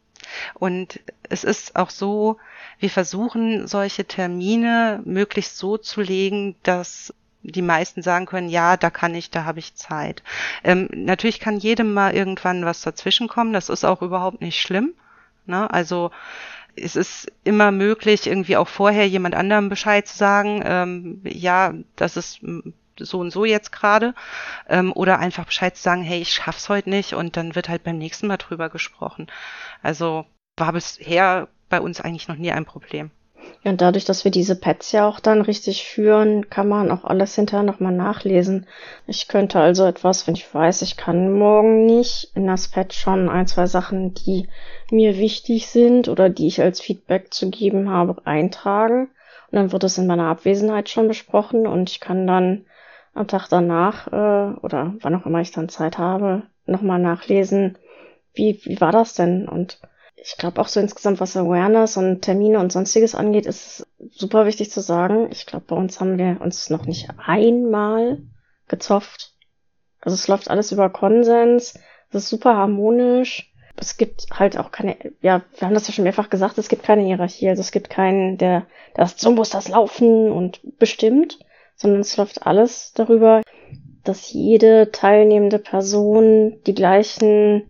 Und es ist auch so, wir versuchen solche Termine möglichst so zu legen, dass die meisten sagen können, ja, da habe ich Zeit. Natürlich kann jedem mal irgendwann was dazwischen kommen, das ist auch überhaupt nicht schlimm, ne? Also es ist immer möglich, irgendwie auch vorher jemand anderem Bescheid zu sagen, ja, das ist so und so jetzt gerade, oder einfach Bescheid zu sagen, hey, ich schaff's heute nicht und dann wird halt beim nächsten Mal drüber gesprochen. Also war bisher bei uns eigentlich noch nie ein Problem. Ja, und dadurch, dass wir diese Pads ja auch dann richtig führen, kann man auch alles hinterher nochmal nachlesen. Ich könnte also etwas, wenn ich weiß, ich kann morgen nicht, in das Pad schon 1, 2 Sachen, die mir wichtig sind oder die ich als Feedback zu geben habe, eintragen. Und dann wird es in meiner Abwesenheit schon besprochen und ich kann dann am Tag danach oder wann auch immer ich dann Zeit habe, nochmal nachlesen, wie war das denn? Und ich glaube auch so insgesamt, was Awareness und Termine und Sonstiges angeht, ist super wichtig zu sagen. Ich glaube, bei uns haben wir uns noch nicht einmal gezofft. Also es läuft alles über Konsens. Es ist super harmonisch. Es gibt halt auch keine, ja, wir haben das ja schon mehrfach gesagt, es gibt keine Hierarchie. Also es gibt keinen, der das, so muss das laufen und bestimmt, sondern es läuft alles darüber, dass jede teilnehmende Person die gleichen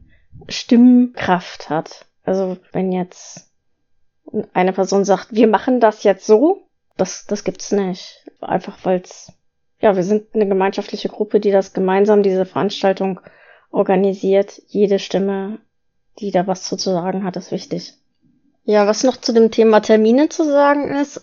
Stimmkraft hat. Also wenn jetzt eine Person sagt, wir machen das jetzt so, das gibt's nicht. Einfach weil's, ja, wir sind eine gemeinschaftliche Gruppe, die das gemeinsam, diese Veranstaltung organisiert. Jede Stimme, die da was zu sagen hat, ist wichtig. Ja, was noch zu dem Thema Termine zu sagen ist,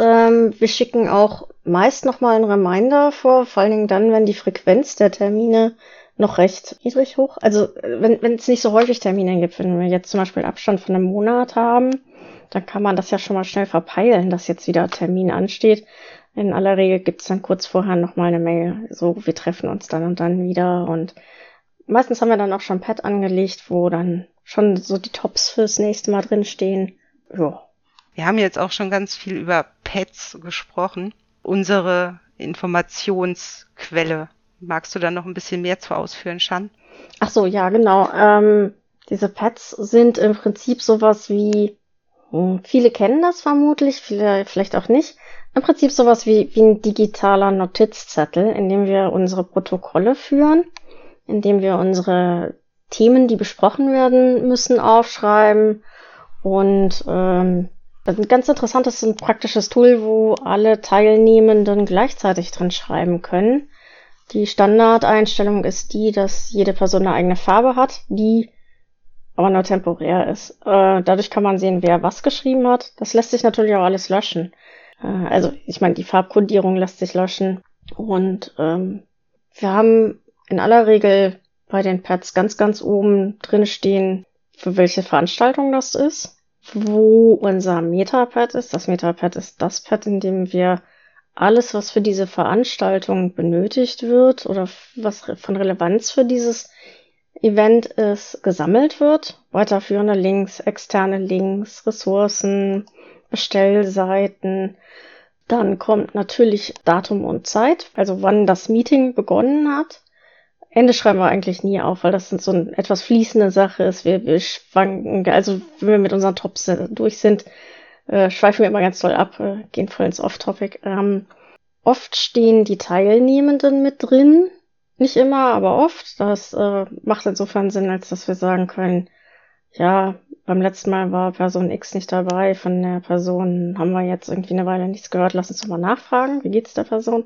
wir schicken auch meist nochmal einen Reminder vor, vor allen Dingen dann, wenn die Frequenz der Termine noch recht niedrig hoch. Also wenn es nicht so häufig Termine gibt, wenn wir jetzt zum Beispiel Abstand von einem Monat haben, dann kann man das ja schon mal schnell verpeilen, dass jetzt wieder Termin ansteht. In aller Regel gibt's dann kurz vorher nochmal eine Mail, so wir treffen uns dann und dann wieder. Und meistens haben wir dann auch schon ein Pad angelegt, wo dann schon so die Tops fürs nächste Mal drinstehen. Ja. Wir haben jetzt auch schon ganz viel über Pads gesprochen. Unsere Informationsquelle. Magst du da noch ein bisschen mehr zu ausführen, Shan? Ach so, ja, genau. Diese Pads sind im Prinzip sowas wie, viele kennen das vermutlich, viele vielleicht auch nicht. Im Prinzip sowas wie ein digitaler Notizzettel, in dem wir unsere Protokolle führen, in dem wir unsere Themen, die besprochen werden müssen, aufschreiben. Und ganz interessant, das ist ein praktisches Tool, wo alle Teilnehmenden gleichzeitig drin schreiben können. Die Standardeinstellung ist die, dass jede Person eine eigene Farbe hat, die aber nur temporär ist. Dadurch kann man sehen, wer was geschrieben hat. Das lässt sich natürlich auch alles löschen. Also ich meine, die Farbkodierung lässt sich löschen. Und wir haben in aller Regel bei den Pads ganz, ganz oben drin stehen, für welche Veranstaltung das ist, wo unser Metapad ist. Das Metapad ist das Pad, in dem wir alles, was für diese Veranstaltung benötigt wird oder was von Relevanz für dieses Event ist, gesammelt wird. Weiterführende Links, externe Links, Ressourcen, Bestellseiten. Dann kommt natürlich Datum und Zeit, also wann das Meeting begonnen hat. Ende schreiben wir eigentlich nie auf, weil das so eine etwas fließende Sache ist. Wir schwanken, also wenn wir mit unseren Tops durch sind, schweifen wir immer ganz doll ab, gehen voll ins Off-Topic. Oft stehen die Teilnehmenden mit drin. Nicht immer, aber oft. Das macht insofern Sinn, als dass wir sagen können, ja, beim letzten Mal war Person X nicht dabei, von der Person haben wir jetzt irgendwie eine Weile nichts gehört, lass uns mal nachfragen, wie geht's der Person?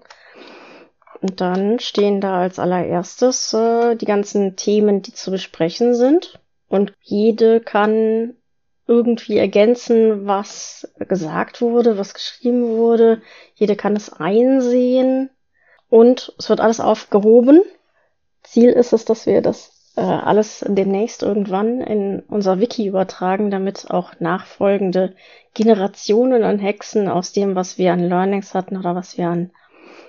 Und dann stehen da als allererstes die ganzen Themen, die zu besprechen sind. Und jede kann irgendwie ergänzen, was gesagt wurde, was geschrieben wurde. Jede kann es einsehen und es wird alles aufgehoben. Ziel ist es, dass wir das alles demnächst irgendwann in unser Wiki übertragen, damit auch nachfolgende Generationen an Hexen aus dem, was wir an Learnings hatten oder was wir an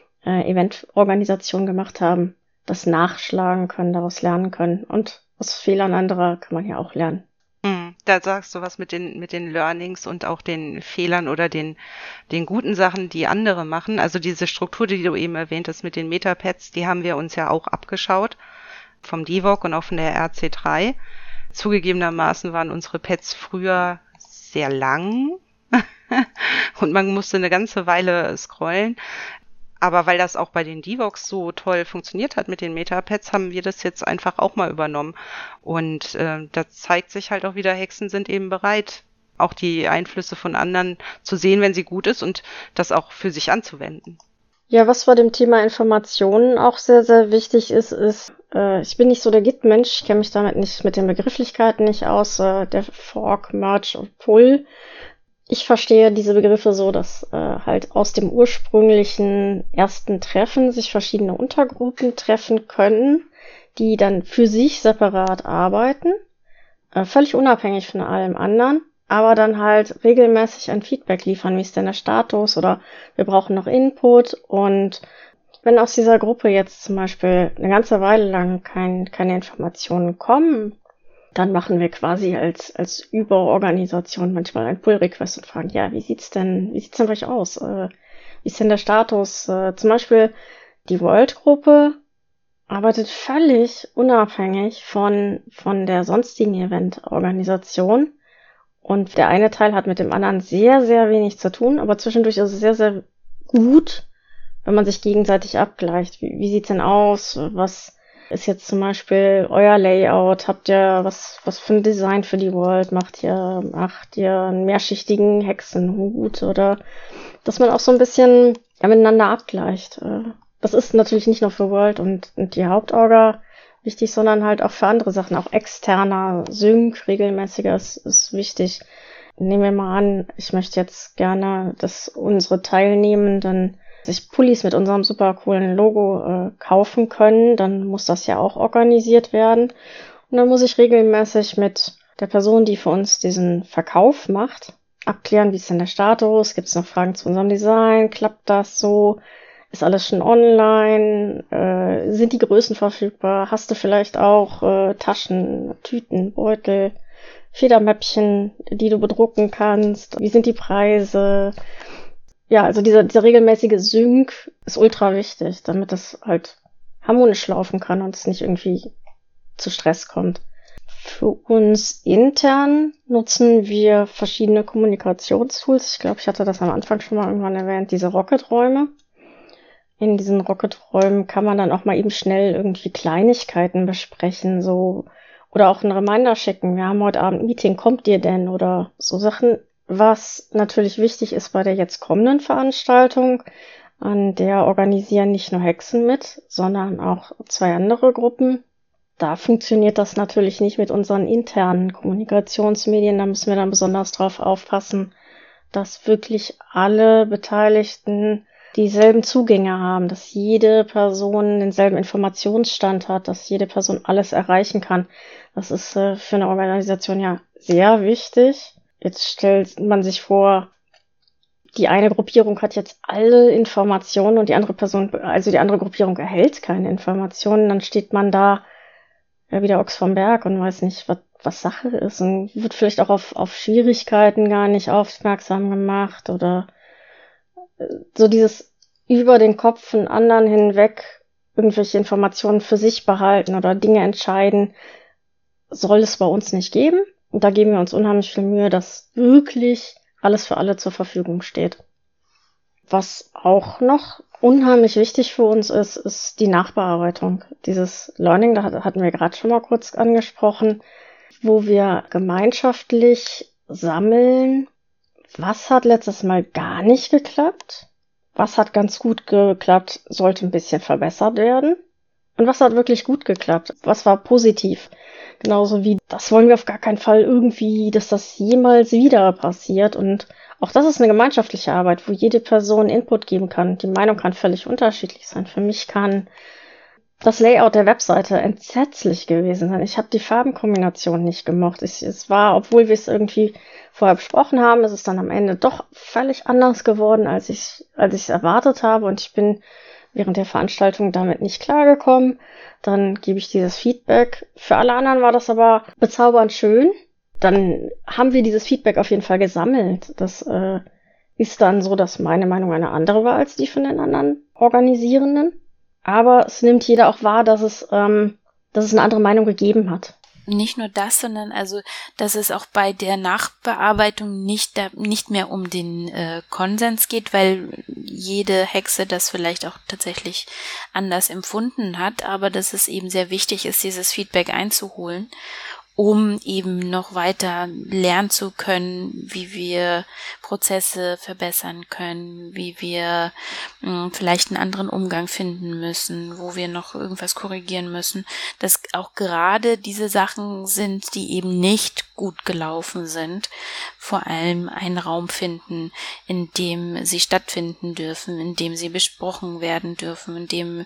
Eventorganisation gemacht haben, das nachschlagen können, daraus lernen können. Und aus Fehlern anderer kann man ja auch lernen. Da sagst du was mit den Learnings und auch den Fehlern oder den guten Sachen, die andere machen. Also diese Struktur, die du eben erwähnt hast mit den Metapads, die haben wir uns ja auch abgeschaut vom DIVOC und auch von der RC3. Zugegebenermaßen waren unsere Pads früher sehr lang und man musste eine ganze Weile scrollen. Aber weil das auch bei den DIVOCs so toll funktioniert hat mit den Metapads, haben wir das jetzt einfach auch mal übernommen. Und da zeigt sich halt auch wieder, Hexen sind eben bereit, auch die Einflüsse von anderen zu sehen, wenn sie gut ist und das auch für sich anzuwenden. Ja, was bei dem Thema Informationen auch sehr, sehr wichtig ist, ich bin nicht so der Git-Mensch, ich kenne mich damit nicht mit den Begrifflichkeiten nicht aus, der Fork, Merge und Pull. Ich verstehe diese Begriffe so, dass halt aus dem ursprünglichen ersten Treffen sich verschiedene Untergruppen treffen können, die dann für sich separat arbeiten, völlig unabhängig von allem anderen, aber dann halt regelmäßig ein Feedback liefern, wie ist denn der Status oder wir brauchen noch Input. Und wenn aus dieser Gruppe jetzt zum Beispiel eine ganze Weile lang keine Informationen kommen, dann machen wir quasi als Überorganisation manchmal einen Pull-Request und fragen, ja, wie sieht's denn bei euch aus? Wie ist denn der Status? Zum Beispiel die World-Gruppe arbeitet völlig unabhängig von der sonstigen Event-Organisation. Und der eine Teil hat mit dem anderen sehr, sehr wenig zu tun, aber zwischendurch ist es sehr, sehr gut, wenn man sich gegenseitig abgleicht. Wie sieht's denn aus? Was ist jetzt zum Beispiel euer Layout? Habt ihr was für ein Design für die World? Macht ihr einen mehrschichtigen Hexenhut? Oder dass man auch so ein bisschen miteinander abgleicht. Das ist natürlich nicht nur für World und die Hauptorga wichtig, sondern halt auch für andere Sachen. Auch externer Sync, regelmäßiger ist wichtig. Nehmen wir mal an, ich möchte jetzt gerne, dass unsere Teilnehmenden sich Pullis mit unserem super coolen Logo kaufen können, dann muss das ja auch organisiert werden. Und dann muss ich regelmäßig mit der Person, die für uns diesen Verkauf macht, abklären, wie ist denn der Status, gibt es noch Fragen zu unserem Design, klappt das so, ist alles schon online, sind die Größen verfügbar, hast du vielleicht auch Taschen, Tüten, Beutel, Federmäppchen, die du bedrucken kannst, wie sind die Preise. Ja, also dieser regelmäßige Sync ist ultra wichtig, damit das halt harmonisch laufen kann und es nicht irgendwie zu Stress kommt. Für uns intern nutzen wir verschiedene Kommunikationstools. Ich glaube, ich hatte das am Anfang schon mal irgendwann erwähnt, diese Rocket-Räume. In diesen Rocket-Räumen kann man dann auch mal eben schnell irgendwie Kleinigkeiten besprechen, so, oder auch einen Reminder schicken. Wir haben heute Abend ein Meeting, kommt ihr denn? Oder so Sachen. Was natürlich wichtig ist bei der jetzt kommenden Veranstaltung, an der organisieren nicht nur Hexen mit, sondern auch 2 andere Gruppen. Da funktioniert das natürlich nicht mit unseren internen Kommunikationsmedien. Da müssen wir dann besonders drauf aufpassen, dass wirklich alle Beteiligten dieselben Zugänge haben, dass jede Person denselben Informationsstand hat, dass jede Person alles erreichen kann. Das ist für eine Organisation ja sehr wichtig. Jetzt stellt man sich vor, die eine Gruppierung hat jetzt alle Informationen und die andere Gruppierung erhält keine Informationen. Dann steht man da wie der Ochs vom Berg und weiß nicht, was Sache ist und wird vielleicht auch auf Schwierigkeiten gar nicht aufmerksam gemacht oder so dieses über den Kopf von anderen hinweg irgendwelche Informationen für sich behalten oder Dinge entscheiden, soll es bei uns nicht geben. Und da geben wir uns unheimlich viel Mühe, dass wirklich alles für alle zur Verfügung steht. Was auch noch unheimlich wichtig für uns ist die Nachbearbeitung. Dieses Learning, da hatten wir gerade schon mal kurz angesprochen, wo wir gemeinschaftlich sammeln, was hat letztes Mal gar nicht geklappt, was hat ganz gut geklappt, sollte ein bisschen verbessert werden. und was hat wirklich gut geklappt, was war positiv. Genauso wie, das wollen wir auf gar keinen Fall irgendwie, dass das jemals wieder passiert. Und auch das ist eine gemeinschaftliche Arbeit, wo jede Person Input geben kann. Die Meinung kann völlig unterschiedlich sein. Für mich kann das Layout der Webseite entsetzlich gewesen sein. Ich habe die Farbenkombination nicht gemocht. Es war, obwohl wir es irgendwie vorher besprochen haben, ist es dann am Ende doch völlig anders geworden, als ich es erwartet habe. Und ich bin während der Veranstaltung damit nicht klargekommen. Dann gebe ich dieses Feedback. Für alle anderen war das aber bezaubernd schön. Dann haben wir dieses Feedback auf jeden Fall gesammelt. Das ist dann so, dass meine Meinung eine andere war als die von den anderen Organisierenden. Aber es nimmt jeder auch wahr, dass es eine andere Meinung gegeben hat. Nicht nur das, sondern also, dass es auch bei der Nachbearbeitung nicht mehr um den Konsens geht, weil jede Hexe das vielleicht auch tatsächlich anders empfunden hat, aber dass es eben sehr wichtig ist, dieses Feedback einzuholen, um eben noch weiter lernen zu können, wie wir Prozesse verbessern können, wie wir vielleicht einen anderen Umgang finden müssen, wo wir noch irgendwas korrigieren müssen, dass auch gerade diese Sachen sind, die eben nicht gut gelaufen sind, vor allem einen Raum finden, in dem sie stattfinden dürfen, in dem sie besprochen werden dürfen, in dem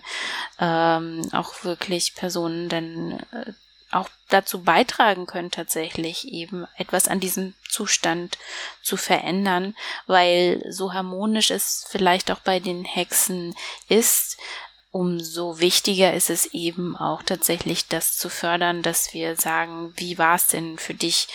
auch wirklich Personen dann auch dazu beitragen können, tatsächlich eben etwas an diesem Zustand zu verändern, weil so harmonisch es vielleicht auch bei den Hexen ist, umso wichtiger ist es eben auch tatsächlich das zu fördern, dass wir sagen, wie war es denn für dich?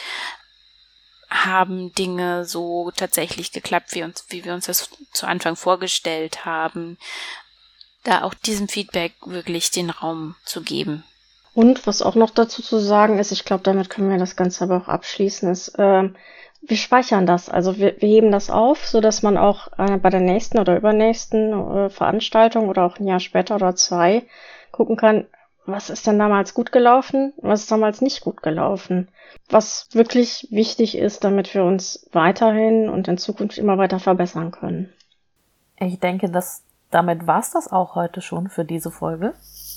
Haben Dinge so tatsächlich geklappt, wie wir uns das zu Anfang vorgestellt haben? Da auch diesem Feedback wirklich den Raum zu geben. Und was auch noch dazu zu sagen ist, ich glaube, damit können wir das Ganze aber auch abschließen, ist, wir speichern das. Also wir heben das auf, so dass man auch bei der nächsten oder übernächsten Veranstaltung oder auch ein Jahr später oder 2 gucken kann, was ist denn damals gut gelaufen, was ist damals nicht gut gelaufen. Was wirklich wichtig ist, damit wir uns weiterhin und in Zukunft immer weiter verbessern können. Ich denke, dass damit war es das auch heute schon für diese Folge.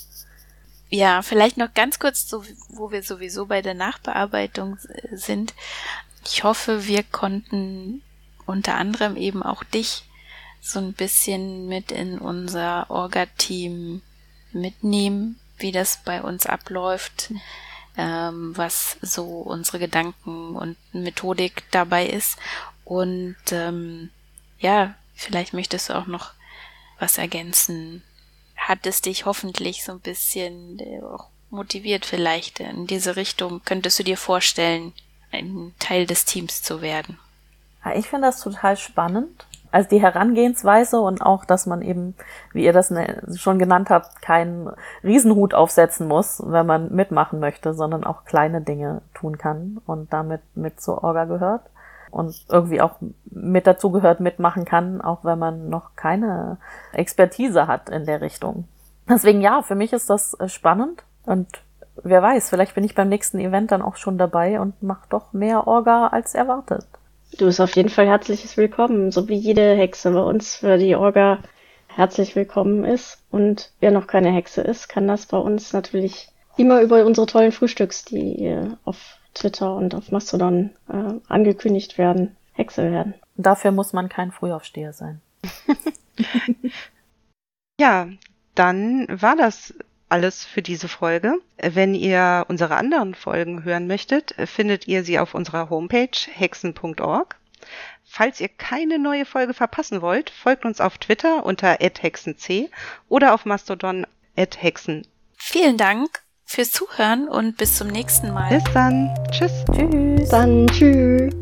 Ja, vielleicht noch ganz kurz, so, wo wir sowieso bei der Nachbearbeitung sind. Ich hoffe, wir konnten unter anderem eben auch dich so ein bisschen mit in unser Orga-Team mitnehmen, wie das bei uns abläuft, was so unsere Gedanken und Methodik dabei ist. Und ja, vielleicht möchtest du auch noch was ergänzen. Hat es dich hoffentlich so ein bisschen auch motiviert vielleicht in diese Richtung? Könntest du dir vorstellen, ein Teil des Teams zu werden? Ja, ich finde das total spannend. Also die Herangehensweise und auch, dass man eben, wie ihr das schon genannt habt, keinen Riesenhut aufsetzen muss, wenn man mitmachen möchte, sondern auch kleine Dinge tun kann und damit mit zur Orga gehört. Und irgendwie auch mit dazu gehört, mitmachen kann, auch wenn man noch keine Expertise hat in der Richtung. Deswegen ja, für mich ist das spannend und wer weiß, vielleicht bin ich beim nächsten Event dann auch schon dabei und mache doch mehr Orga als erwartet. Du bist auf jeden Fall herzliches Willkommen, so wie jede Hexe bei uns für die Orga herzlich willkommen ist. Und wer noch keine Hexe ist, kann das bei uns natürlich immer über unsere tollen Frühstücks, die auf Twitter und auf Mastodon angekündigt werden, Hexe werden. Dafür muss man kein Frühaufsteher sein. Ja, dann war das alles für diese Folge. Wenn ihr unsere anderen Folgen hören möchtet, findet ihr sie auf unserer Homepage hexen.org. Falls ihr keine neue Folge verpassen wollt, folgt uns auf Twitter unter @hexenc oder auf Mastodon @hexen. Vielen Dank fürs Zuhören und bis zum nächsten Mal. Bis dann. Tschüss. Tschüss. Dann tschüss.